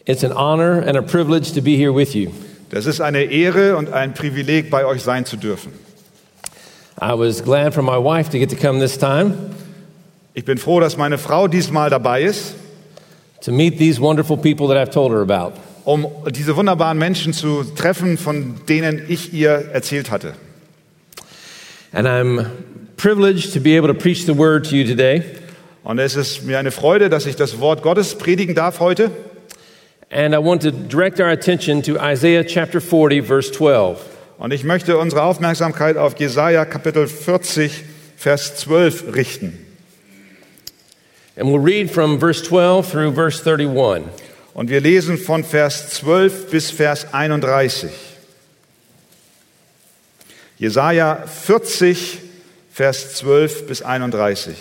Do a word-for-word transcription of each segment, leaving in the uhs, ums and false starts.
It's an honor and a privilege to be here with you. Das ist eine Ehre und ein Privileg, bei euch sein zu dürfen. I was glad for my wife to get to come this time Ich bin froh, dass meine Frau diesmal dabei ist, to meet these wonderful people that I've told her about. um diese wunderbaren Menschen zu treffen, von denen ich ihr erzählt hatte. And I'm privileged to be able to preach the word to you today. Und es ist mir eine Freude, dass ich das Wort Gottes predigen darf heute. And I want to direct our attention to Isaiah chapter forty, verse twelve. Und ich möchte unsere Aufmerksamkeit auf Jesaja Kapitel vierzig, Vers zwölf richten. And we'll read from verse twelve through verse thirty-one. Und wir lesen von Vers zwölf bis Vers einunddreißig. Jesaja vierzig, Vers zwölf bis einunddreißig.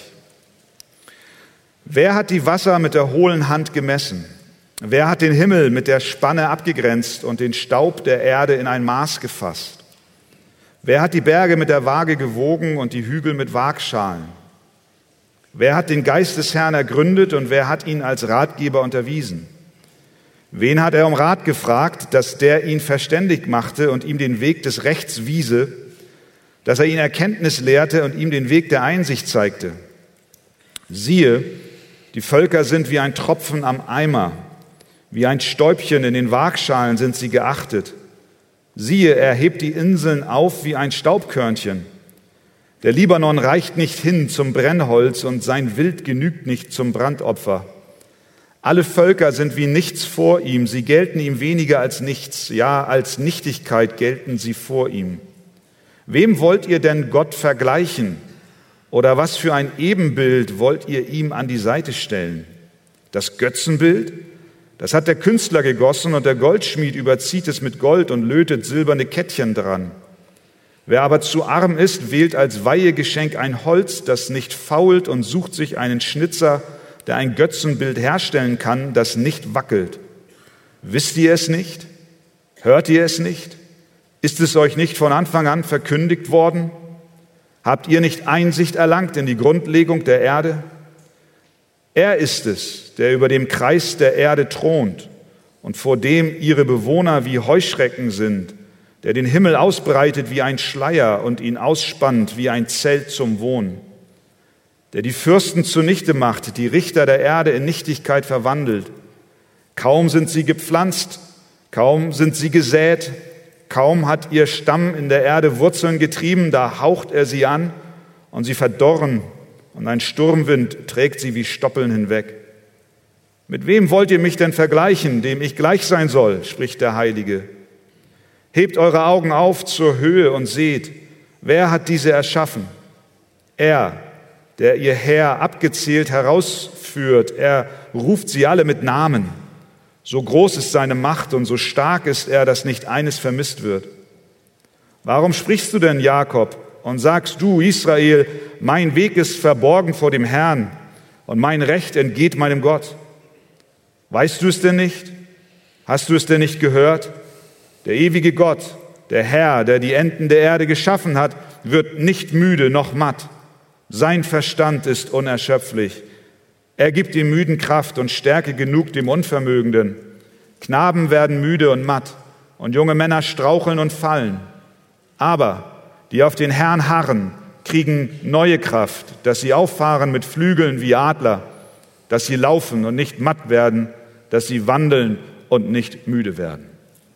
Wer hat die Wasser mit der hohlen Hand gemessen? Wer hat den Himmel mit der Spanne abgegrenzt und den Staub der Erde in ein Maß gefasst? Wer hat die Berge mit der Waage gewogen und die Hügel mit Waagschalen? Wer hat den Geist des Herrn ergründet und wer hat ihn als Ratgeber unterwiesen? Wen hat er um Rat gefragt, dass der ihn verständig machte und ihm den Weg des Rechts wiese, dass er ihn Erkenntnis lehrte und ihm den Weg der Einsicht zeigte? Siehe, die Völker sind wie ein Tropfen am Eimer, wie ein Stäubchen in den Waagschalen sind sie geachtet. Siehe, er hebt die Inseln auf wie ein Staubkörnchen. Der Libanon reicht nicht hin zum Brennholz und sein Wild genügt nicht zum Brandopfer. Alle Völker sind wie nichts vor ihm, sie gelten ihm weniger als nichts, ja, als Nichtigkeit gelten sie vor ihm. Wem wollt ihr denn Gott vergleichen? Oder was für ein Ebenbild wollt ihr ihm an die Seite stellen? Das Götzenbild? Das hat der Künstler gegossen und der Goldschmied überzieht es mit Gold und lötet silberne Kettchen dran. Wer aber zu arm ist, wählt als Weihegeschenk ein Holz, das nicht fault und sucht sich einen Schnitzer, der ein Götzenbild herstellen kann, das nicht wackelt. Wisst ihr es nicht? Hört ihr es nicht? Ist es euch nicht von Anfang an verkündigt worden? Habt ihr nicht Einsicht erlangt in die Grundlegung der Erde? Er ist es, der über dem Kreis der Erde thront und vor dem ihre Bewohner wie Heuschrecken sind, der den Himmel ausbreitet wie ein Schleier und ihn ausspannt wie ein Zelt zum Wohnen, der die Fürsten zunichte macht, die Richter der Erde in Nichtigkeit verwandelt. Kaum sind sie gepflanzt, kaum sind sie gesät, kaum hat ihr Stamm in der Erde Wurzeln getrieben, da haucht er sie an und sie verdorren und ein Sturmwind trägt sie wie Stoppeln hinweg. Mit wem wollt ihr mich denn vergleichen, dem ich gleich sein soll, spricht der Heilige. Hebt eure Augen auf zur Höhe und seht, wer hat diese erschaffen? Er, der ihr Heer abgezählt herausführt, er ruft sie alle mit Namen. So groß ist seine Macht und so stark ist er, dass nicht eines vermisst wird. Warum sprichst du denn, Jakob, und sagst du, Israel, mein Weg ist verborgen vor dem Herrn und mein Recht entgeht meinem Gott? Weißt du es denn nicht? Hast du es denn nicht gehört? Der ewige Gott, der Herr, der die Enden der Erde geschaffen hat, wird nicht müde noch matt. Sein Verstand ist unerschöpflich. Er gibt dem Müden Kraft und Stärke genug dem Unvermögenden. Knaben werden müde und matt und junge Männer straucheln und fallen. Aber die auf den Herrn harren, kriegen neue Kraft, dass sie auffahren mit Flügeln wie Adler, dass sie laufen und nicht matt werden, dass sie wandeln und nicht müde werden.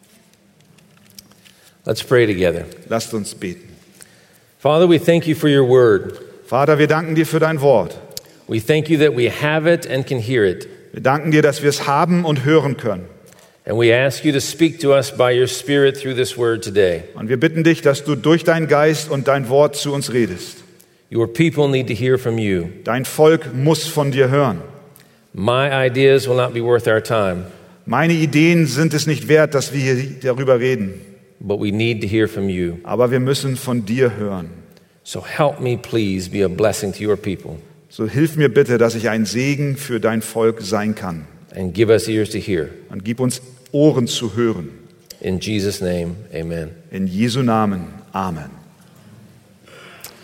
Let's pray together. Lasst uns beten. Father, we thank you for your word. Vater, wir danken dir für dein Wort. We thank you that we have it and can hear it. Wir danken dir, dass wir es haben und hören können. And we ask you to speak to us by your Spirit through this word today. Und wir bitten dich, dass du durch deinen Geist und dein Wort zu uns redest. Your people need to hear from you. Dein Volk muss von dir hören. My ideas will not be worth our time. Meine Ideen sind es nicht wert, dass wir hier darüber reden. But we need to hear from you. Aber wir müssen von dir hören. So help me please be a blessing to your people. So hilf mir bitte, dass ich ein Segen für dein Volk sein kann. And give us ears to hear. Und gib uns Ohren zu hören. In Jesus' name, amen. In Jesu Namen, Amen.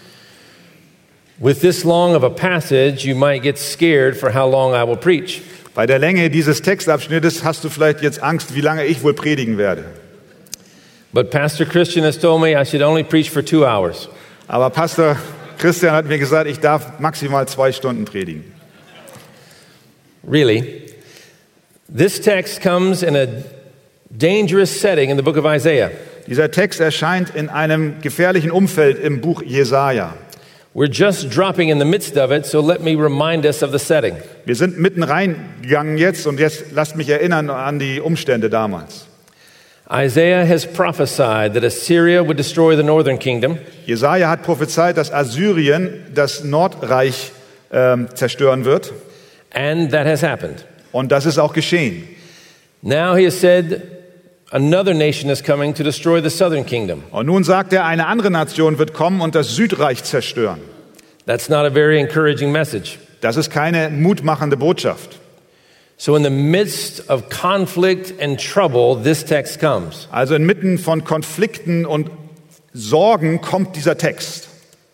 With this long of a passage, you might get scared for how long I will preach. Bei der Länge dieses Textabschnittes hast du vielleicht jetzt Angst, wie lange ich wohl predigen werde. But Pastor Christian has told me I should only preach for two hours. Aber Pastor Christian hat mir gesagt, ich darf maximal zwei Stunden predigen. Really? This text comes in a dangerous setting in the book of Isaiah. Dieser Text erscheint in einem gefährlichen Umfeld im Buch Jesaja. We're just dropping in the midst of it, so let me remind us of the setting. Wir sind mitten reingegangen jetzt und jetzt lasst mich erinnern an die Umstände damals. Isaiah has prophesied that Assyria would destroy the northern kingdom. Jesaja hat prophezeit, dass Assyrien das Nordreich äh, zerstören wird. And that has happened. Und das ist auch geschehen. Now he has said another nation is coming to destroy the southern kingdom. Und nun sagt er, eine andere Nation wird kommen und das Südreich zerstören. That's not a very encouraging message. Das ist keine mutmachende Botschaft. So in the midst of conflict and trouble, this text comes. Also inmitten von Konflikten und Sorgen kommt dieser Text.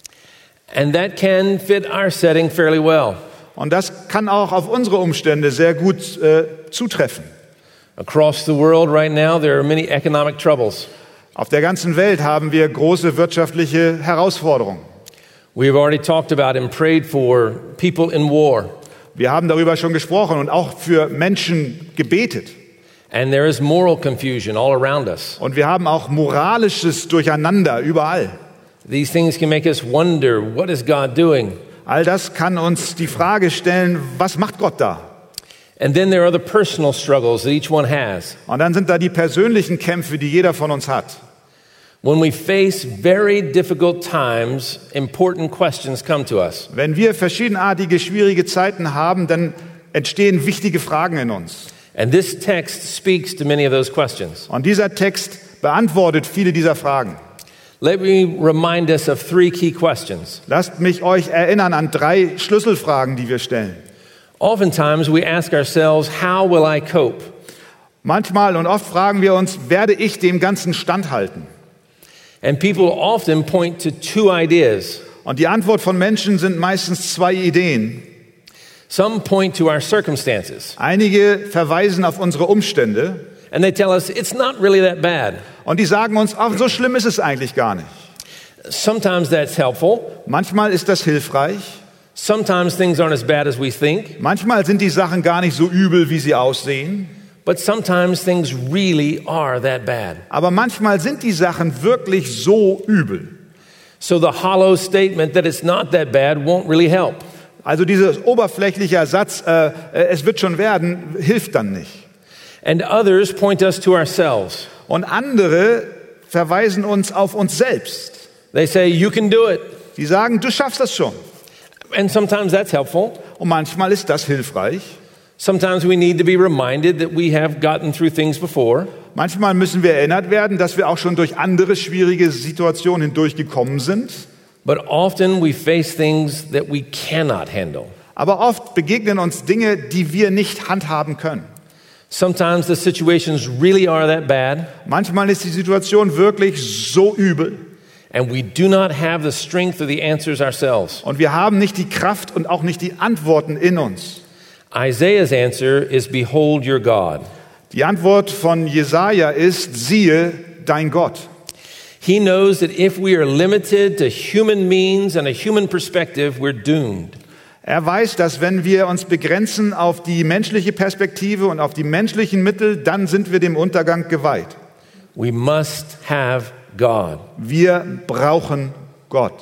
And that can fit our setting fairly well. Und das kann auch auf unsere Umstände sehr gut äh, zutreffen. Across the world right now, there are many economic troubles. Auf der ganzen Welt haben wir große wirtschaftliche Herausforderungen. We've already talked about and prayed for people in war. Wir haben darüber schon gesprochen und auch für Menschen gebetet. And there is moral confusion all around us. Und wir haben auch moralisches Durcheinander überall. These things can make us wonder, what is God doing? All das kann uns die Frage stellen, was macht Gott da? And then there are the personal struggles that each one has. Und dann sind da die persönlichen Kämpfe, die jeder von uns hat. When we face very difficult times, important questions come to us. Wenn wir verschiedenartige, schwierige Zeiten haben, dann entstehen wichtige Fragen in uns. And this text speaks to many of those questions. Und dieser Text beantwortet viele dieser Fragen. Let me remind us of three key questions. Lasst mich euch erinnern an drei Schlüsselfragen, die wir stellen. Oftentimes we ask ourselves, how will I cope? Manchmal und oft fragen wir uns, werde ich dem Ganzen standhalten? And people often point to two ideas. Und die Antwort von Menschen sind meistens zwei Ideen. Some point to our circumstances. Einige verweisen auf unsere Umstände. And they tell us it's not really that bad. Und die sagen uns, ach, so schlimm ist es eigentlich gar nicht. Sometimes that's helpful. Manchmal ist das hilfreich. Sometimes things aren't as bad as we think. Manchmal sind die Sachen gar nicht so übel, wie sie aussehen. But sometimes things really are that bad. Aber manchmal sind die Sachen wirklich so übel. So the hollow statement that it's not that bad won't really help. Also dieser oberflächliche Satz, äh, es wird schon werden, hilft dann nicht. And others point us to ourselves. Und andere verweisen uns auf uns selbst. They say, you can do it. Die sagen, du schaffst das schon. And sometimes that's helpful. Und manchmal ist das hilfreich. Sometimes we need to be reminded that we have gotten through things before. Manchmal müssen wir erinnert werden, dass wir auch schon durch andere schwierige Situationen hindurchgekommen sind. But often we face things that we cannot handle. Aber oft begegnen uns Dinge, die wir nicht handhaben können. Sometimes the situations really are that bad. Manchmal ist die Situation wirklich so übel. And we do not have the strength or the answers ourselves. Und wir haben nicht die Kraft und auch nicht die Antworten in uns. Isaiah's answer is, behold your God. Die Antwort von Jesaja ist, siehe dein Gott. He knows that if we are limited to human means and a human perspective, we're doomed. Er weiß, dass wenn wir uns begrenzen auf die menschliche Perspektive und auf die menschlichen Mittel, dann sind wir dem Untergang geweiht. We must have God. Wir brauchen Gott.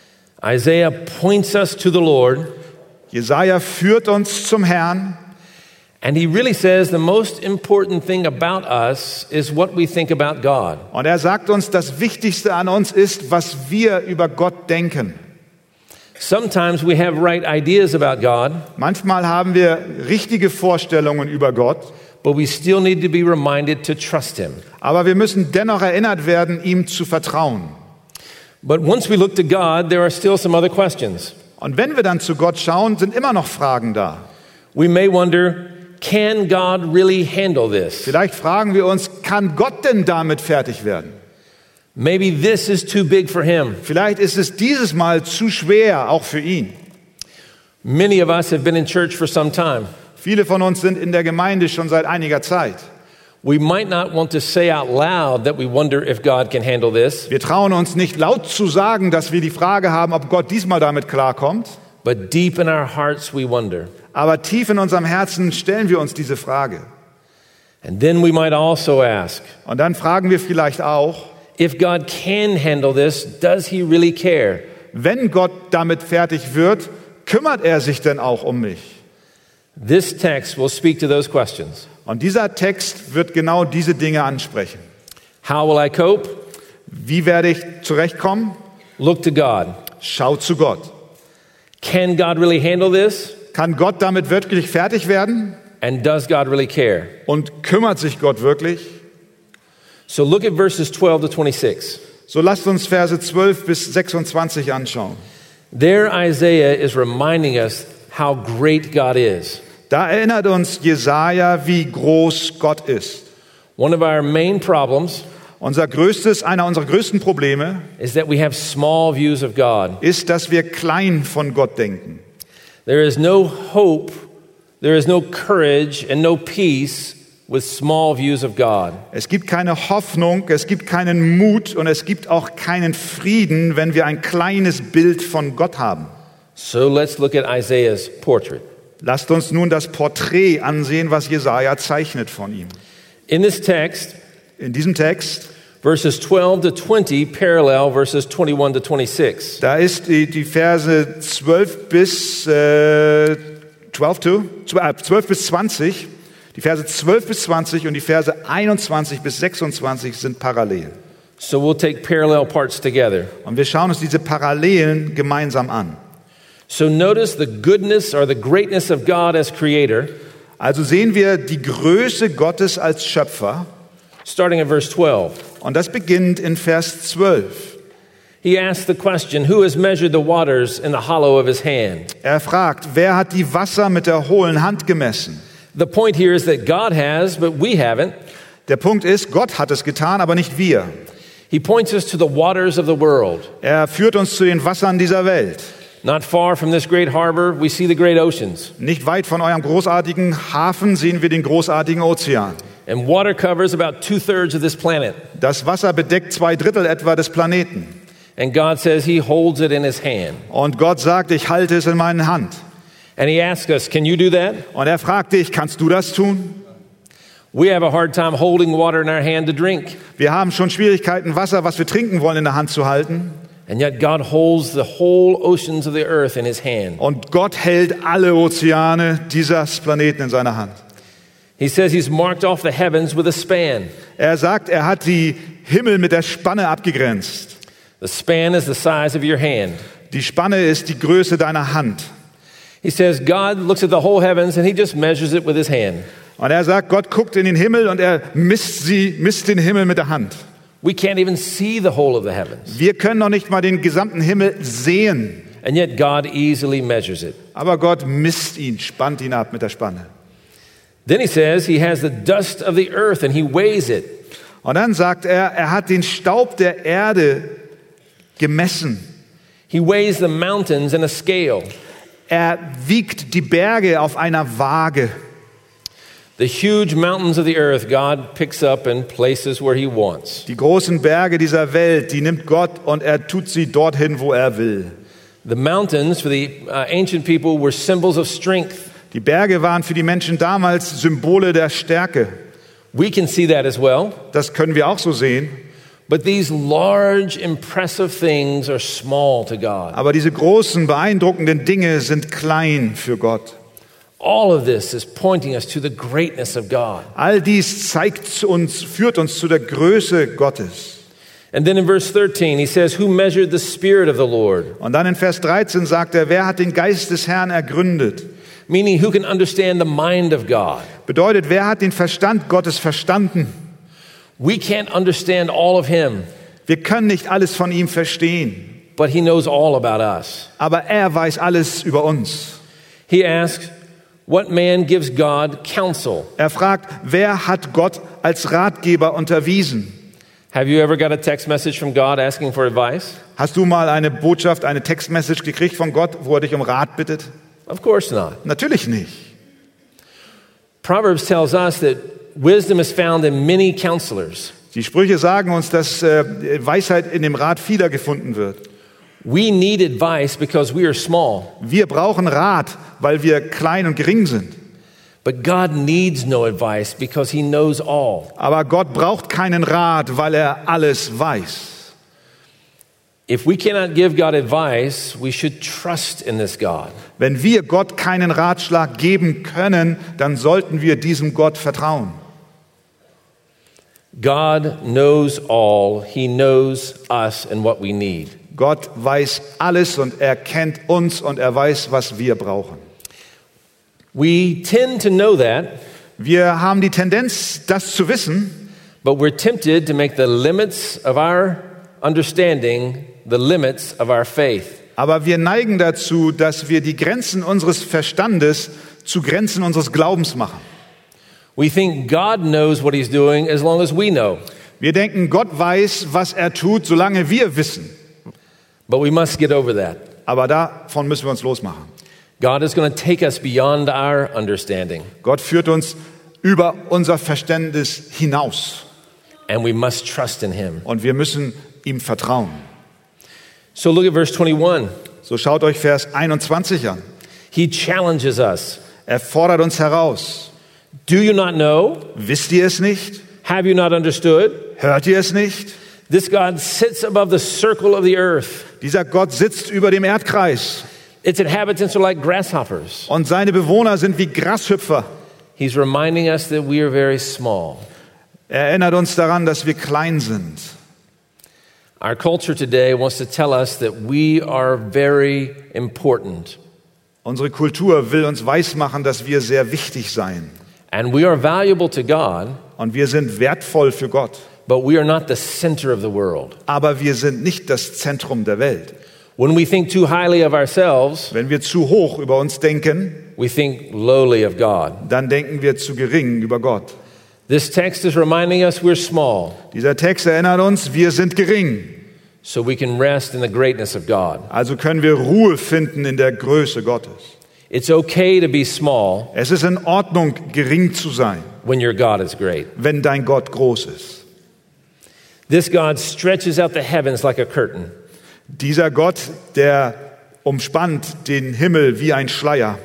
Isaiah points us to the Lord. Jesaja führt uns zum Herrn. And he really says the most important thing about us is what we think about God. Und er sagt uns, das Wichtigste an uns ist, was wir über Gott denken. Sometimes we have right ideas about God. Manchmal haben wir richtige Vorstellungen über Gott. But we still need to be reminded to trust him. Aber wir müssen dennoch erinnert werden, ihm zu vertrauen. But once we look to God, there are still some other questions. Und wenn wir dann zu Gott schauen, sind immer noch Fragen da. We may wonder, can God really handle this? Vielleicht fragen wir uns, kann Gott denn damit fertig werden? Maybe this is too big for him. Vielleicht ist es dieses Mal zu schwer, auch für ihn. Many of us have been in church for some time. Viele von uns sind in der Gemeinde schon seit einiger Zeit. We might not want to say out loud that we wonder if God can handle this, Wir trauen uns nicht laut zu sagen, dass wir die Frage haben, ob Gott diesmal damit klarkommt. but deep in our hearts we wonder. Aber tief in unserem Herzen stellen wir uns diese Frage. And then we might also ask, Und dann fragen wir vielleicht auch, if God can handle this, does he really care? wenn Gott damit fertig wird, kümmert er sich denn auch um mich? This text will speak to those questions. Und dieser Text wird genau diese Dinge ansprechen. How will I cope? Wie werde ich zurechtkommen? Look to God. Schau zu Gott. Can God really handle this? Kann Gott damit wirklich fertig werden? And does God really care? Und kümmert sich Gott wirklich? So look at verses twelve to twenty-six. So lasst uns Verse zwölf bis sechsundzwanzig anschauen. There Isaiah is reminding us how great God is. Da erinnert uns Jesaja, wie groß Gott ist. One of our main problems Unser größtes, einer unserer größten Probleme is that we have small views of God. ist, dass wir klein von Gott denken. There is no hope, there is no courage and no peace with small views of God. Es gibt keine Hoffnung, es gibt keinen Mut und es gibt auch keinen Frieden, wenn wir ein kleines Bild von Gott haben. So let's look at Isaiah's portrait. Lasst uns nun das Porträt ansehen, was Jesaja zeichnet von ihm. In this text, In diesem Text, verses twelve to twenty parallel verses twenty-one to twenty-six. da ist die, die Verse zwölf bis äh, zwölf, to, zwölf bis zwanzig, die Verse zwölf bis zwanzig und die Verse einundzwanzig bis sechsundzwanzig sind parallel. So we'll take parallel parts together. Und wir schauen uns diese Parallelen gemeinsam an. So notice the goodness or the greatness of God as creator, Also sehen wir die Größe Gottes als Schöpfer. starting at verse twelve. Und das beginnt in Vers zwölf. He asks the question, who has measured the waters in the hollow of his hand? Er fragt, wer hat die Wasser mit der hohlen Hand gemessen? The point here is that God has, but we haven't. Der Punkt ist, Gott hat es getan, aber nicht wir. He points us to the waters of the world. Er führt uns zu den Wassern dieser Welt. Not far from this great harbor, we see the great oceans. Nicht weit von eurem großartigen Hafen sehen wir den großartigen Ozean. And water covers about two-thirds of this planet. Das Wasser bedeckt zwei Drittel etwa des Planeten. And God says he holds it in his hand. Und Gott sagt, ich halte es in meiner Hand. And he asks us, can you do that? Und er fragt dich, kannst du das tun? We have a hard time holding water in our hand to drink. Wir haben schon Schwierigkeiten, Wasser, was wir trinken wollen, in der Hand zu halten. And yet God holds the whole oceans of the earth in his hand. Und Gott hält alle Ozeane dieses Planeten in seiner Hand. He says he's marked off the heavens with a span. Er sagt, er hat die Himmel mit der Spanne abgegrenzt. The span is the size of your hand. Die Spanne ist die Größe deiner Hand. He says God looks at the whole heavens and he just measures it with his hand. Und er sagt, Gott guckt in den Himmel und er misst sie, misst den Himmel mit der Hand. We can't even see the whole of the heavens. Wir können noch nicht mal den gesamten Himmel sehen. And yet God easily measures it. Aber Gott misst ihn, spannt ihn ab mit der Spanne. Then he says he has the dust of the earth and he weighs it. Und dann sagt er, er hat den Staub der Erde gemessen. He weighs the mountains in a scale. Er wiegt die Berge auf einer Waage. The huge mountains of the earth God picks up and places where he wants. Die großen Berge dieser Welt, die nimmt Gott und er tut sie dorthin, wo er will. The mountains for the uh, ancient people were symbols of strength. Die Berge waren für die Menschen damals Symbole der Stärke. We can see that as well. Das können wir auch so sehen. But these large, impressive things are small to God. Aber diese großen, beeindruckenden Dinge sind klein für Gott. All of this is pointing us to the greatness of God. All dies zeigt uns, führt uns zu der Größe Gottes. And then in verse thirteen, he says, who measured the Spirit of the Lord? Und dann in Vers dreizehn sagt er, wer hat den Geist des Herrn ergründet? Meaning, who can understand the mind of God? Bedeutet, wer hat den Verstand Gottes verstanden? We can't understand all of him, Wir können nicht alles von ihm verstehen, but he knows all about us. aber er weiß alles über uns. He asks, what man gives God counsel? Er fragt, wer hat Gott als Ratgeber unterwiesen? Have you ever got a text message from God asking for advice? Hast du mal eine Botschaft, eine Textmessage gekriegt von Gott, wo er dich um Rat bittet? Of course not. Natürlich nicht. Proverbs tells us that wisdom is found in many counselors. Die Sprüche sagen uns, dass äh, Weisheit in dem Rat vieler gefunden wird. We need advice because we are small. Wir brauchen Rat, weil wir klein und gering sind. But God needs no advice because he knows all. Aber Gott braucht keinen Rat, weil er alles weiß. If we cannot give God advice, we should trust in this God. Wenn wir Gott keinen Ratschlag geben können, dann sollten wir diesem Gott vertrauen. God knows all. He knows us and what we need. Gott weiß alles und er kennt uns und er weiß, was wir brauchen. We tend to know that, Wir haben die Tendenz, das zu wissen, but we're tempted to make the limits of our understanding the limits of our faith. aber wir neigen dazu, dass wir die Grenzen unseres Verstandes zu Grenzen unseres Glaubens machen. We think God knows what he's doing as long as we know. Wir denken, Gott weiß, was er tut, solange wir wissen. But we must get over that. Aber davon müssen wir uns losmachen. God is going to take us beyond our understanding, Gott führt uns über unser Verständnis hinaus and we must trust in him. und wir müssen ihm vertrauen. So look at verse twenty-one. So schaut euch Vers einundzwanzig an. He challenges us. Er fordert uns heraus. Do you not know? Wisst ihr es nicht? Have you not understood? Hört ihr es nicht? This God sits above the circle of the earth. Dieser Gott sitzt über dem Erdkreis Its inhabitants are like grasshoppers. und seine Bewohner sind wie Grashüpfer. He's reminding us that we are very small. Er erinnert uns daran, dass wir klein sind. Our culture today wants to tell us that we are very important. Unsere Kultur will uns weismachen, dass wir sehr wichtig seien. And we are valuable to God, Und wir sind wertvoll für Gott. but we are not the center of the world. Aber wir sind nicht das Zentrum der Welt. When we think too highly of ourselves, Wenn wir zu hoch über uns denken, we think lowly of God. dann denken wir zu gering über Gott. This text is reminding us we're small, Dieser Text erinnert uns, wir sind gering. so we can rest in the greatness of God. Also können wir Ruhe finden in der Größe Gottes. It's okay to be small Es ist in Ordnung, gering zu sein, when your God is great. wenn dein Gott groß ist. This God stretches out the heavens like a curtain. Dieser Gott, der umspannt den Himmel wie ein Schleier.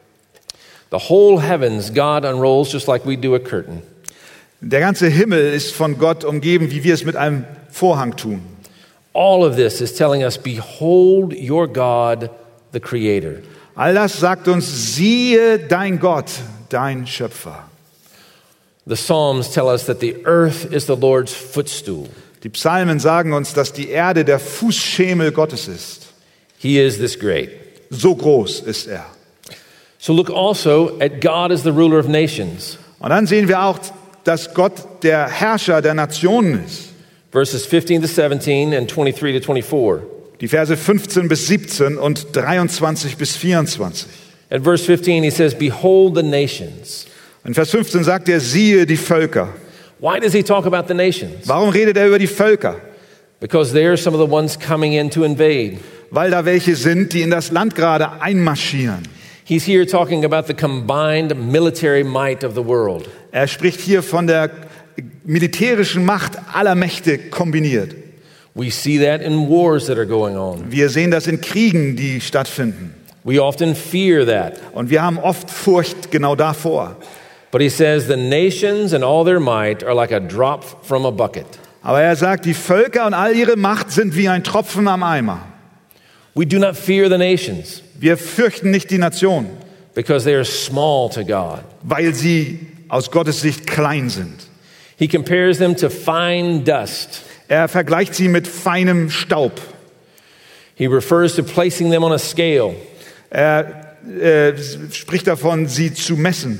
The whole heavens God unrolls just like we do a curtain. Der ganze Himmel ist von Gott umgeben, wie wir es mit einem Vorhang tun. All of this is telling us, behold your God, the Creator. All das sagt uns, siehe dein Gott, dein Schöpfer. The Psalms tell us that the earth is the Lord's footstool. Die Psalmen sagen uns, dass die Erde der Fußschemel Gottes ist. He is this great. So groß ist er. So look also at God as the ruler of nations. Und dann sehen wir auch, dass Gott der Herrscher der Nationen ist. Verses fifteen to seventeen and twenty-three to twenty-four. Die Verse fünfzehn bis siebzehn und dreiundzwanzig bis vierundzwanzig. At verse fifteen, he says, behold the nations. In Vers fünfzehn sagt er, siehe die Völker. Why does he talk about the nations? Warum redet er über die Völker? Because they are some of the ones coming in to invade. Weil da welche sind, die in das Land gerade einmarschieren. He's here talking about the combined military might of the world. Er spricht hier von der militärischen Macht aller Mächte kombiniert. We see that in wars that are going on. Wir sehen das in Kriegen, die stattfinden. We often fear that. Und wir haben oft Furcht genau davor. But he says the nations and all their might are like a drop from a bucket. Aber er sagt, die Völker und all ihre Macht sind wie ein Tropfen am Eimer. We do not fear the nations Wir fürchten nicht die Nation, because they are small to God. weil sie aus Gottes Sicht klein sind. He compares them to fine dust. Er vergleicht sie mit feinem Staub. He refers to placing them on a scale. Er äh, spricht davon, sie zu messen.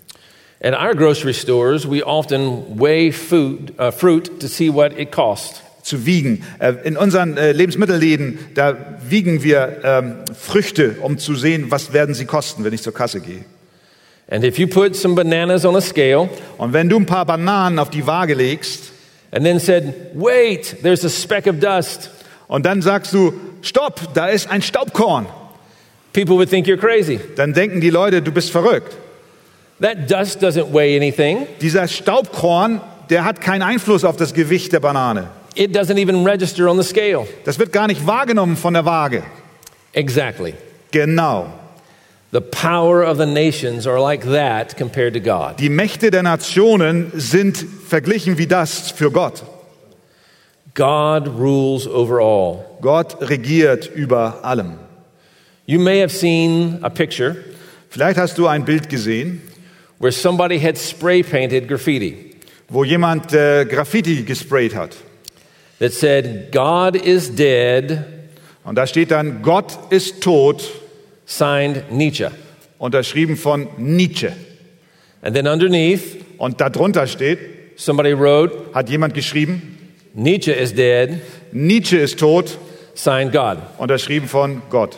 At our grocery stores, we often weigh food, uh, fruit to see what it costs. Zu wiegen. Äh, in unseren äh, Lebensmittelläden, da wiegen wir ähm, Früchte, um zu sehen, was werden sie kosten, wenn ich zur Kasse gehe. And if you put some bananas on a scale Und wenn du ein paar Bananen auf die Waage legst and then said, wait, there's a speck of dust, und dann sagst du, stopp, da ist ein Staubkorn, people would think you're crazy. dann denken die Leute, du bist verrückt. That dust doesn't weigh anything. Dieser Staubkorn, der hat keinen Einfluss auf das Gewicht der Banane. It doesn't even register on the scale. Das wird gar nicht wahrgenommen von der Waage. Exactly. Genau. The power of the nations are like that compared to God. Die Mächte der Nationen sind verglichen wie das für Gott. God rules over all. Gott regiert über allem. You may have seen a picture Vielleicht hast du ein Bild gesehen, where somebody had spray painted graffiti wo jemand äh, Graffiti gesprayt hat. that said, God is dead, Und da steht dann, Gott ist tot, signed Nietzsche. unterschrieben von Nietzsche. And then underneath, Und darunter steht, somebody wrote, hat jemand geschrieben, Nietzsche is dead, Nietzsche ist tot, signed God. unterschrieben von Gott.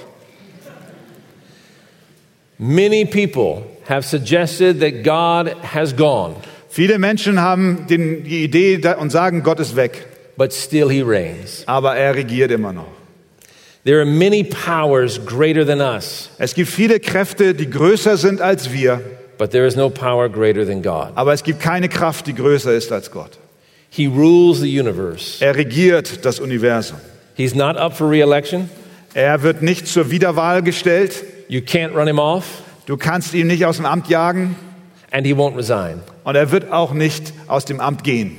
Many people have suggested that God has gone, Viele Menschen haben den, die Idee da- und sagen, Gott ist weg, but still he reigns. aber er regiert immer noch. There are many powers greater than us, Es gibt viele Kräfte, die größer sind als wir, but there is no power greater than God. aber es gibt keine Kraft, die größer ist als Gott. He rules the universe. Er regiert das Universum. He's not up for re-election. Er wird nicht zur Wiederwahl gestellt. You can't run him off, Du kannst ihn nicht aus dem Amt jagen and he won't resign. und er wird auch nicht aus dem Amt gehen.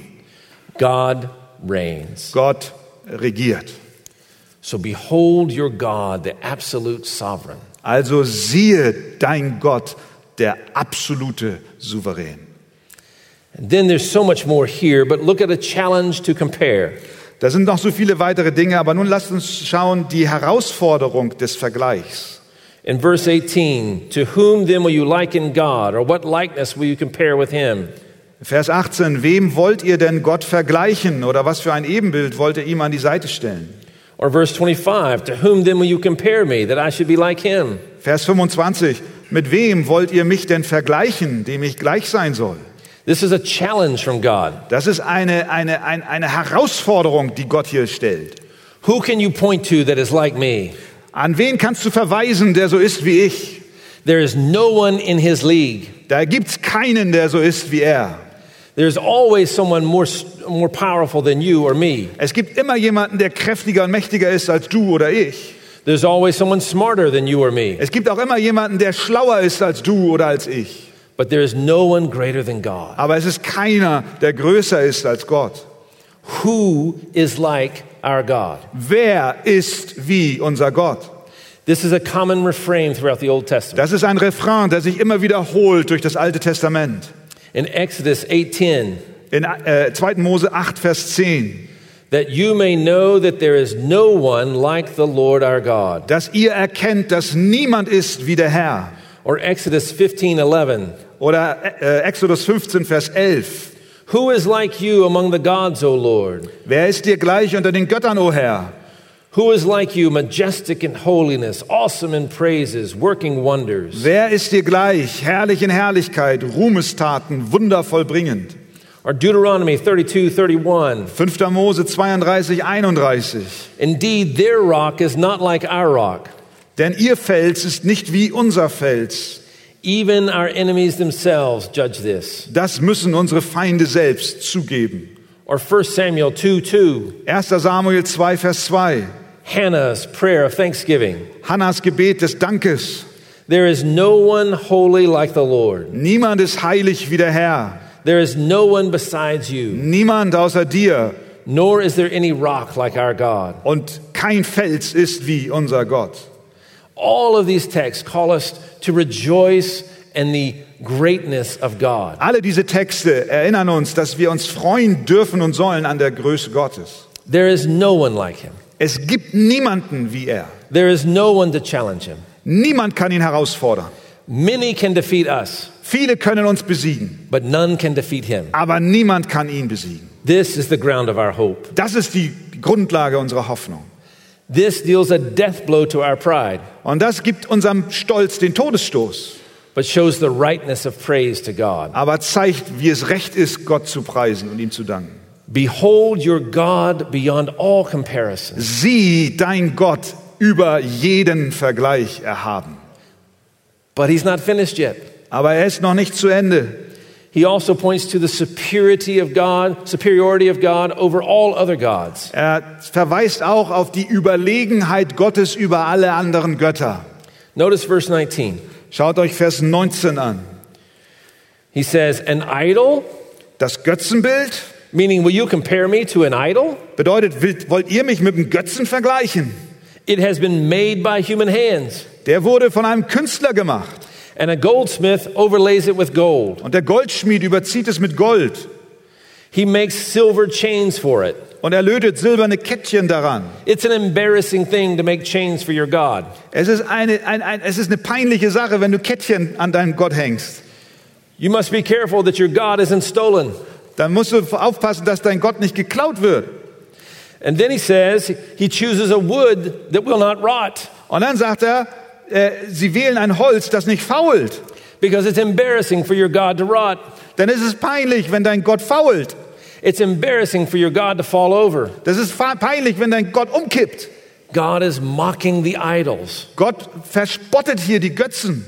God reigns. Gott regiert. So behold your God, the absolute sovereign. Also siehe dein Gott, der absolute Souverän. And then there's so much more here, but look at a challenge to compare. Da sind noch so viele weitere Dinge, aber nun lasst uns schauen, die Herausforderung des Vergleichs. In verse eighteen, to whom then will you liken God, or what likeness will you compare with him? Vers achtzehn, wem wollt ihr denn Gott vergleichen oder was für ein Ebenbild wollt ihr ihm an die Seite stellen? Or verse twenty-five, to whom then will you compare me, that I should be like him? Vers fünfundzwanzig, mit wem wollt ihr mich denn vergleichen, dem ich gleich sein soll? This is a challenge from God. Das ist eine, eine, eine, eine Herausforderung, die Gott hier stellt. Who can you point to that is like me? An wen kannst du verweisen, der so ist wie ich? There is no one in his league. Da gibt's keinen, der so ist wie er. There's always someone more, more powerful than you or me. Es gibt immer jemanden, der kräftiger und mächtiger ist als du oder ich. There's always someone smarter than you or me. Es gibt auch immer jemanden, der schlauer ist als du oder als ich. But there is no one greater than God. Aber es ist keiner, der größer ist als Gott. Who is like our God? Wer ist wie unser Gott? This is a common refrain throughout the Old Testament. Das ist ein Refrain, der sich immer wiederholt durch das Alte Testament. In Exodus eight ten, In äh, zweiten Mose acht, Vers zehn. that you may know that there is no one like the Lord our God. Dass ihr erkennt, dass niemand ist wie der Herr. Or Exodus fifteen eleven, Oder äh, Exodus fünfzehn, Vers elf. who is like you among the gods, O Lord? Wer ist dir gleich unter den Göttern, o Herr? Who is like you, majestic in holiness, awesome in praises, working wonders? Wer ist dir gleich, herrlich in Herrlichkeit, Ruhmestaten, wundervoll bringend? Or Deuteronomy thirty-two thirty-one, fünfter Mose zweiunddreißig, einunddreißig. indeed their rock is not like our rock. Denn ihr Fels ist nicht wie unser Fels. Even our enemies themselves judge this. Das müssen unsere Feinde selbst zugeben. Or First Samuel two two, erster Samuel zwei, Vers zwei. Hannah's prayer of thanksgiving. Hannas Gebet des Dankes. There is no one holy like the Lord. Niemand ist heilig wie der Herr. There is no one besides you, Niemand außer dir. nor is there any rock like our God. Und kein Fels ist wie unser Gott. All of these texts call us to rejoice in the greatness of God. Alle diese Texte erinnern uns, dass wir uns freuen dürfen und sollen an der Größe Gottes. There is no one like him. Es gibt niemanden wie er. There is no one to challenge him. Niemand kann ihn herausfordern. Many can defeat us, Viele können uns besiegen, but none can defeat him. aber niemand kann ihn besiegen. This is the ground of our hope. Das ist die Grundlage unserer Hoffnung. This deals a death blow to our pride, Und das gibt unserem Stolz den Todesstoß, but shows the rightness of praise to God. aber zeigt, wie es recht ist, Gott zu preisen und ihm zu danken. Behold your God beyond all comparison. Sieh dein Gott über jeden Vergleich erhaben. But he's not finished yet. Aber er ist noch nicht zu Ende. He also points to the superiority of God, superiority of God over all other gods. Er verweist auch auf die Überlegenheit Gottes über alle anderen Götter. Notice verse nineteen. Schaut euch Vers neunzehn an. He says, an idol, Das Götzenbild meaning will you compare me to an idol? bedeutet, wollt, wollt ihr mich mit dem Götzen vergleichen? It has been made by human hands, Der wurde von einem Künstler gemacht. and a goldsmith overlays it with gold. Und der Goldschmied überzieht es mit Gold. He makes silver chains for it. Und er lötet silberne Kettchen daran. It's an embarrassing thing to make chains for your God. Es ist eine, ein, ein, es ist eine peinliche Sache, wenn du Kettchen an deinen Gott hängst. You must be careful that your God isn't stolen. Dann musst du aufpassen, dass dein Gott nicht geklaut wird. And then he says he chooses a wood that will not rot, Und dann sagt er, äh, sie wählen ein Holz, das nicht fault. because it's embarrassing for your God to rot. Denn es ist peinlich, wenn dein Gott fault. It's embarrassing for your God to fall over. Das ist fa- peinlich, wenn dein Gott umkippt. God is mocking the idols. Gott verspottet hier die Götzen.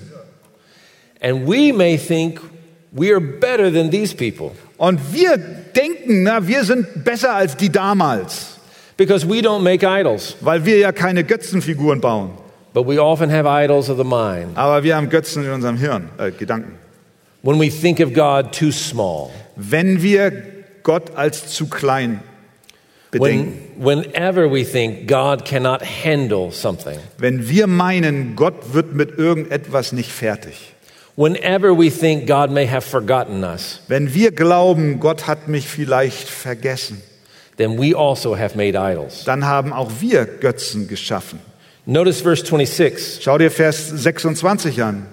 And we may think we are better than these people Und wir denken, na, wir sind besser als die damals, because we don't make idols, weil wir ja keine Götzenfiguren bauen. but we often have idols of the mind. Aber wir haben Götzen in unserem Hirn, äh, Gedanken. When we think of God too small, Wenn wir Gott als zu klein bedenken, when, whenever we think God cannot handle something, wenn wir meinen, Gott wird mit irgendetwas nicht fertig, whenever we think God may have forgotten us, wenn wir glauben, Gott hat mich vielleicht vergessen, then we also have made idols. dann haben auch wir Götzen geschaffen. Notice verse twenty-six. Schau dir Vers sechsundzwanzig an.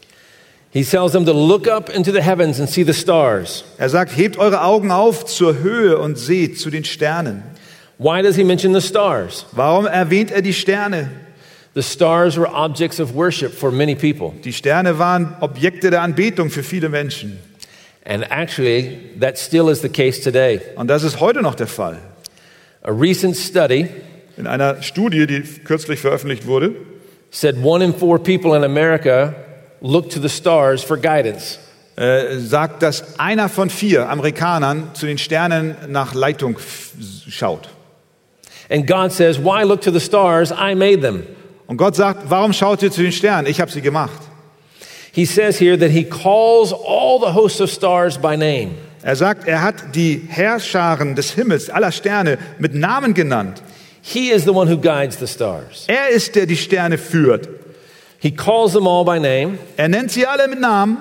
He tells them to look up into the heavens and see the stars. Er sagt, hebt eure Augen auf zur Höhe und seht zu den Sternen. Why does he mention the stars? Warum erwähnt er die Sterne? The stars were objects of worship for many people. Die Sterne waren Objekte der Anbetung für viele Menschen. And actually, that still is the case today. Und das ist heute noch der Fall. A recent study In einer Studie, die kürzlich veröffentlicht wurde, said one in four people in America look to the stars for guidance. äh, sagt, dass einer von vier Amerikanern zu den Sternen nach Leitung f- schaut. And God says, why look to the stars? I made them. Und Gott sagt, warum schaut ihr zu den Sternen? Ich habe sie gemacht. He says here that he calls all the hosts of stars by name. Er sagt, er hat die Heerscharen des Himmels, aller Sterne, mit Namen genannt. He is the one who guides the stars. Er ist, der die Sterne führt. He calls them all by name. Er nennt sie alle mit Namen.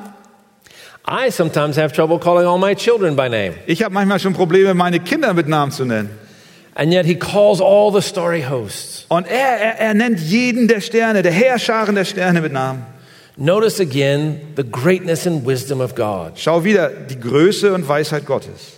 I sometimes have trouble calling all my children by name. Ich habe manchmal schon Probleme, meine Kinder mit Namen zu nennen. And yet he calls all the starry hosts. Und er, er, er nennt jeden der Sterne, der Heerscharen der Sterne mit Namen. Notice again the greatness and wisdom of God. Schau wieder die Größe und Weisheit Gottes.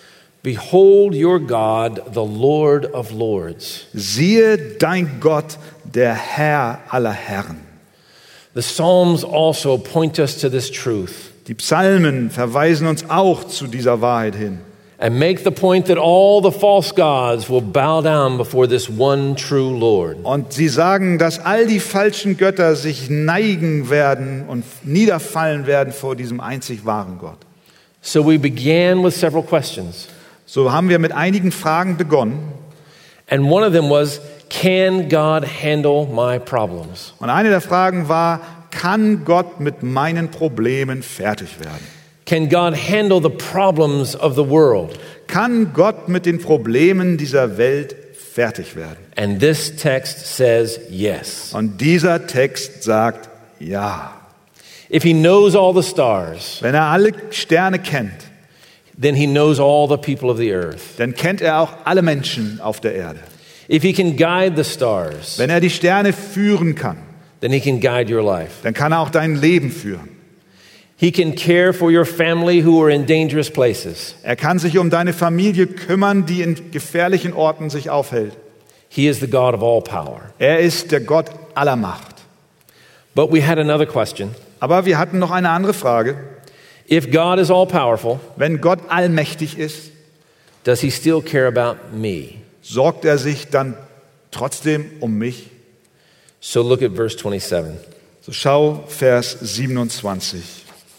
Behold your God, the Lord of lords. Siehe dein Gott, der Herr aller Herren. The Psalms also point us to this truth Die Psalmen verweisen uns auch zu dieser Wahrheit hin. and make the point that all the false gods will bow down before this one true Lord. Und sie sagen, dass all die falschen Götter sich neigen werden und niederfallen werden vor diesem einzig wahren Gott. So we began with several questions. So haben wir mit einigen Fragen begonnen. And one of them was, can God handle my problems? Und eine der Fragen war, kann Gott mit meinen Problemen fertig werden? Can God handle the problems of the world? Kann Gott mit den Problemen dieser Welt fertig werden? And this text says yes. Und dieser Text sagt ja. If he knows all the stars, Wenn er alle Sterne kennt, then he knows all the people of the earth. dann kennt er auch alle Menschen auf der Erde. If he can guide the stars, Wenn er die Sterne führen kann, then he can guide your life. dann kann er auch dein Leben führen. He can care for your family who are in dangerous places. Er kann sich um deine Familie kümmern, die in gefährlichen Orten sich aufhält. He is the God of all power. Er ist der Gott aller Macht. But we had another question. Aber wir hatten noch eine andere Frage. If God is all powerful, Wenn Gott allmächtig ist, does he still care about me? sorgt er sich dann trotzdem um mich? So look at verse twenty-seven. So schau Vers siebenundzwanzig.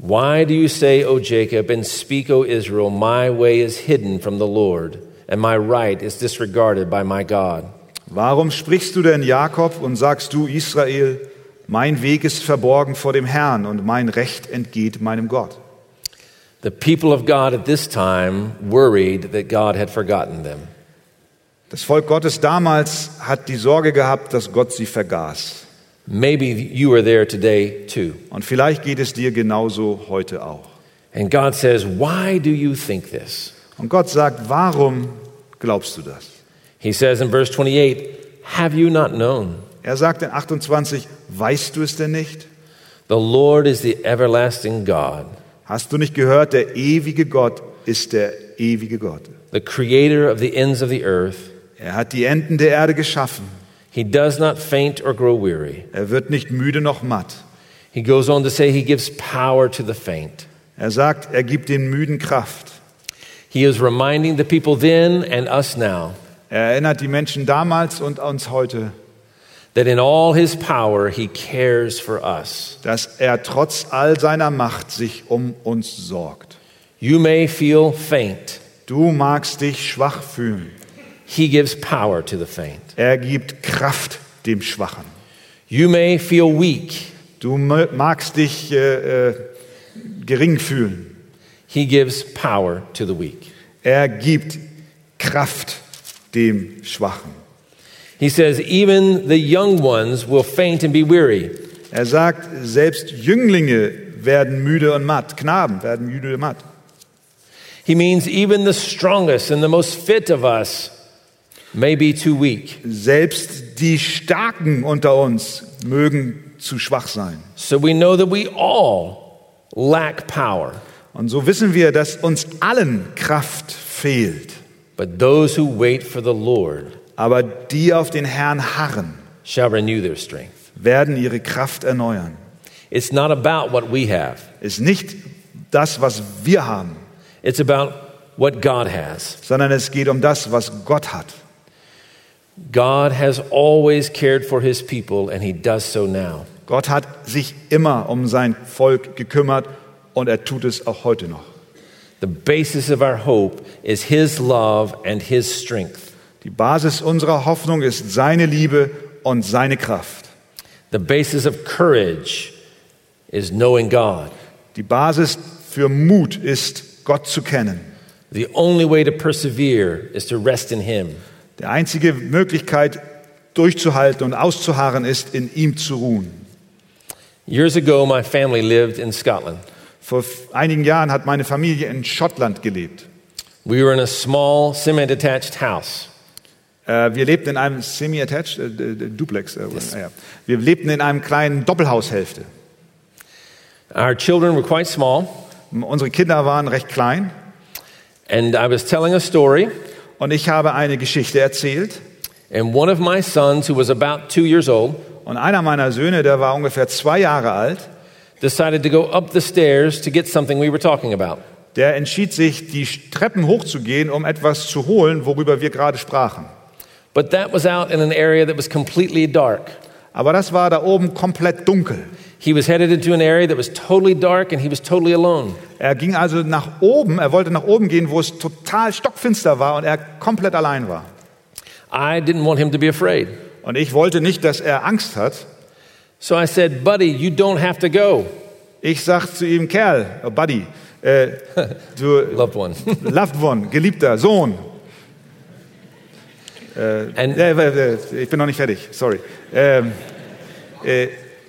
Why do you say, O Jacob, and speak, O Israel, my way is hidden from the Lord, and my right is disregarded by my God? Warum sprichst du denn, Jakob, und sagst du, Israel, mein Weg ist verborgen vor dem Herrn und mein Recht entgeht meinem Gott? The people of God at this time worried that God had forgotten them. Das Volk Gottes damals hat die Sorge gehabt, dass Gott sie vergaß. Maybe you are there today too. Und vielleicht geht es dir genauso heute auch. And God says, why do you think this? Und Gott sagt, warum glaubst du das? He says in verse twenty-eight, have you not known? Er sagt in achtundzwanzig, weißt du es denn nicht? The Lord is the everlasting God, Hast du nicht gehört, der ewige Gott ist der ewige Gott. the creator of the ends of the earth. Er hat die Enden der Erde geschaffen. He does not faint or grow weary. Er wird nicht müde noch matt. He goes on to say he gives power to the faint. Er sagt, er gibt den Müden Kraft. He is reminding the people then and us now Er erinnert die Menschen damals und uns heute, that in all his power he cares for us. dass er trotz all seiner Macht sich um uns sorgt. You may feel faint. Du magst dich schwach fühlen. He gives power to the faint. Er gibt Kraft dem Schwachen. You may feel weak. Du magst dich äh, äh, gering fühlen. He gives power to the weak. Er gibt Kraft dem Schwachen. He says, even the young ones will faint and be weary. Er sagt, selbst Jünglinge werden müde und matt. Knaben werden müde und matt. He means even the strongest and the most fit of us may be too weak. Selbst die Starken unter uns mögen zu schwach sein. So we know that we all lack power. Und so wissen wir, dass uns allen Kraft fehlt. But those who wait for the Lord Aber die auf den Herrn harren, shall renew their strength. werden ihre Kraft erneuern. It's not about what we have. Ist nicht das, was wir haben, It's about what God has. sondern es geht um das, was Gott hat. God has always cared for his people, and he does so now. Gott hat sich immer um sein Volk gekümmert und er tut es auch heute noch. The basis of our hope is his love and his strength. Die Basis unserer Hoffnung ist seine Liebe und seine Kraft. The basis of courage is knowing God. Die Basis für Mut ist, Gott zu kennen. The only way to persevere is to rest in him. Die einzige Möglichkeit, durchzuhalten und auszuharren, ist, in ihm zu ruhen. Years ago, my family lived in Scotland. Vor einigen Jahren hat meine Familie in Schottland gelebt. We were in a small, semi-detached house. Äh, wir lebten in einem semi-attached, äh, Duplex. Äh, ja. Wir lebten in einem kleinen Doppelhaushälfte. Our children were quite small, Unsere Kinder waren recht klein and I was telling a story, und ich habe eine Geschichte erzählt. and one of my sons, who was about two years old, Und einer meiner Söhne, der war ungefähr zwei Jahre alt, decided to go up the stairs to get something we were talking about. der entschied sich, die Treppen hochzugehen, um etwas zu holen, worüber wir gerade sprachen. But that was out in an area that was completely dark. Aber das war da oben komplett dunkel. He was headed into an area that was totally dark and he was totally alone. Er ging also nach oben, er wollte nach oben gehen, wo es total stockfinster war und er komplett allein war. I didn't want him to be afraid. Und ich wollte nicht, dass er Angst hat. So I said, buddy, you don't have to go. Ich sag zu ihm, Kerl, oh Buddy, äh, du, Loved one. Loved one, geliebter Sohn. Äh, And- äh, äh, ich bin noch nicht fertig, sorry. Ähm, äh,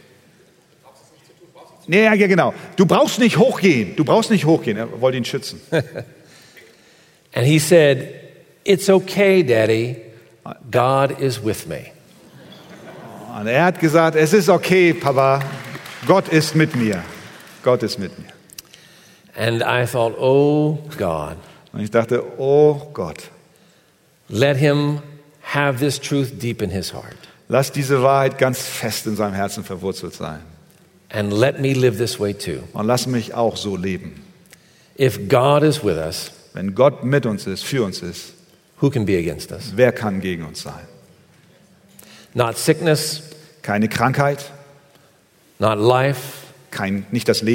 nee, ja, genau. Du brauchst nicht hochgehen. Du brauchst nicht hochgehen. Er wollte ihn schützen. And he said, it's okay, Daddy. God is with me. Und er hat gesagt, es ist okay, Papa. Gott ist mit mir. Gott ist mit mir. And I thought, oh God, Und ich dachte, oh Gott, let him have this truth deep in his heart. lass diese Wahrheit ganz fest in seinem Herzen verwurzelt sein. And let me live this way too. Und lass mich auch so leben. If God is with us, Wenn Gott mit uns ist, für uns ist, who can be against us? wer kann gegen uns sein? Not sickness, Keine Krankheit, not life, kein, nicht das Leben,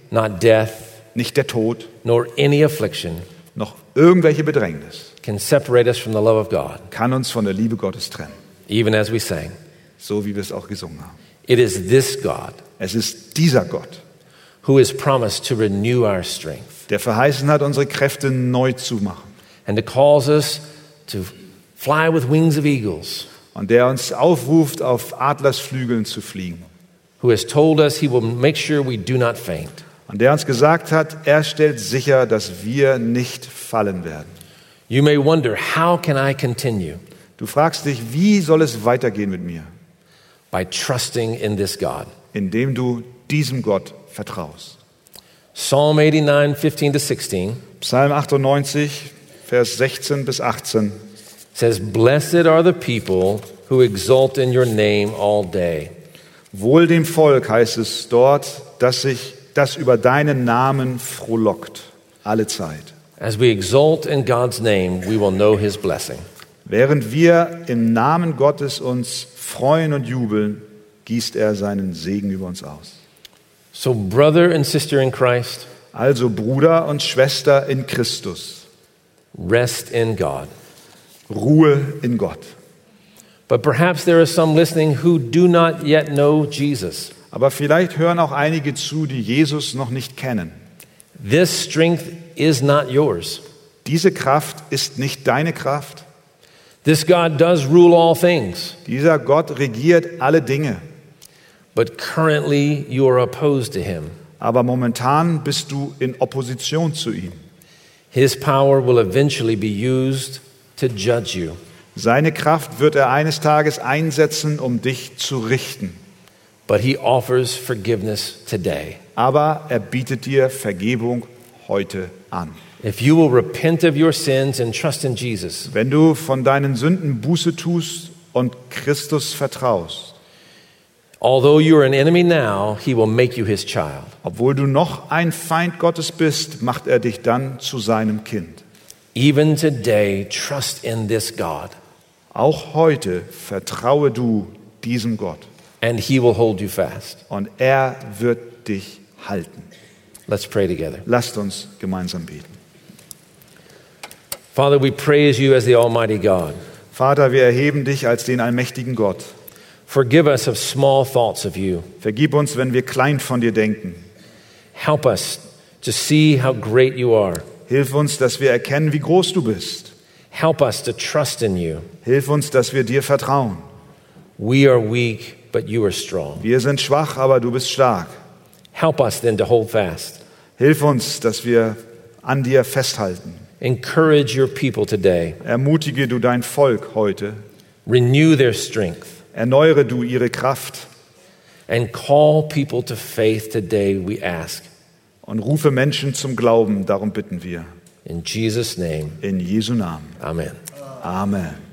not death, nicht der Tod, nor any affliction noch irgendwelche Bedrängnis can separate us from the love of God, kann uns von der Liebe Gottes trennen, even as we sang. so wie wir es auch gesungen haben. It is this God Es ist dieser Gott, who has promised to renew our strength der verheißen hat, unsere Kräfte neu zu machen and to cause us to fly with wings of eagles, und der uns aufruft, auf Adlersflügeln zu fliegen. who has told us he will make sure we do not faint. Und der uns gesagt hat, er stellt sicher, dass wir nicht fallen werden. You may wonder, how can I continue? Du fragst dich, wie soll es weitergehen mit mir? By trusting in this God. Indem du diesem Gott vertraust. Psalm eighty-nine, fifteen to sixteen Psalm achtundneunzig, Vers sechzehn bis achtzehn says, "Blessed are the people who exult in your name all day. Wohl dem Volk, heißt es dort, dass sich das über deinen Namen frohlockt, alle Zeit. As we exult in God's name, we will know his blessing." Während wir im Namen Gottes uns freuen und jubeln, gießt er seinen Segen über uns aus. So, brother and sister in Christ, Also Bruder und Schwester in Christus, rest in God. Ruhe in Gott. But perhaps there are some listening who do not yet know Jesus. Aber vielleicht hören auch einige zu, die Jesus noch nicht kennen. This strength is not yours. Diese Kraft ist nicht deine Kraft. This God does rule all things, Dieser Gott regiert alle Dinge. but currently you are opposed to him. Aber momentan bist du in Opposition zu ihm. His power will eventually be used to judge you. Seine Kraft wird er eines Tages einsetzen, um dich zu richten. But he offers forgiveness today. Aber er bietet dir Vergebung heute an. If you will repent of your sins and trust in Jesus, Wenn du von deinen Sünden Buße tust und Christus vertraust, although you are an enemy now, he will make you his child. obwohl du noch ein Feind Gottes bist, macht er dich dann zu seinem Kind. Even today, trust in this God, Auch heute vertraue du diesem Gott and he will hold you fast. und er wird dich halten. Let's pray together. Lasst uns gemeinsam beten. Father, we praise you as the Almighty God. Vater, wir erheben dich als den allmächtigen Gott. Forgive us of small thoughts of you. Vergib uns, wenn wir klein von dir denken. Help us to see how great you are. Hilf uns, dass wir erkennen, wie groß du bist. Help us to trust in you. Hilf uns, dass wir dir vertrauen. We are weak, but you are strong. Wir sind schwach, aber du bist stark. Help us then to hold fast. Hilf uns, dass wir an dir festhalten. Encourage your people today. Ermutige du dein Volk heute. Renew their strength. Erneuere du ihre Kraft. And call people to faith today, we ask. Und rufe Menschen zum Glauben, darum bitten wir. In Jesus' name, In Jesu Namen. amen. Amen.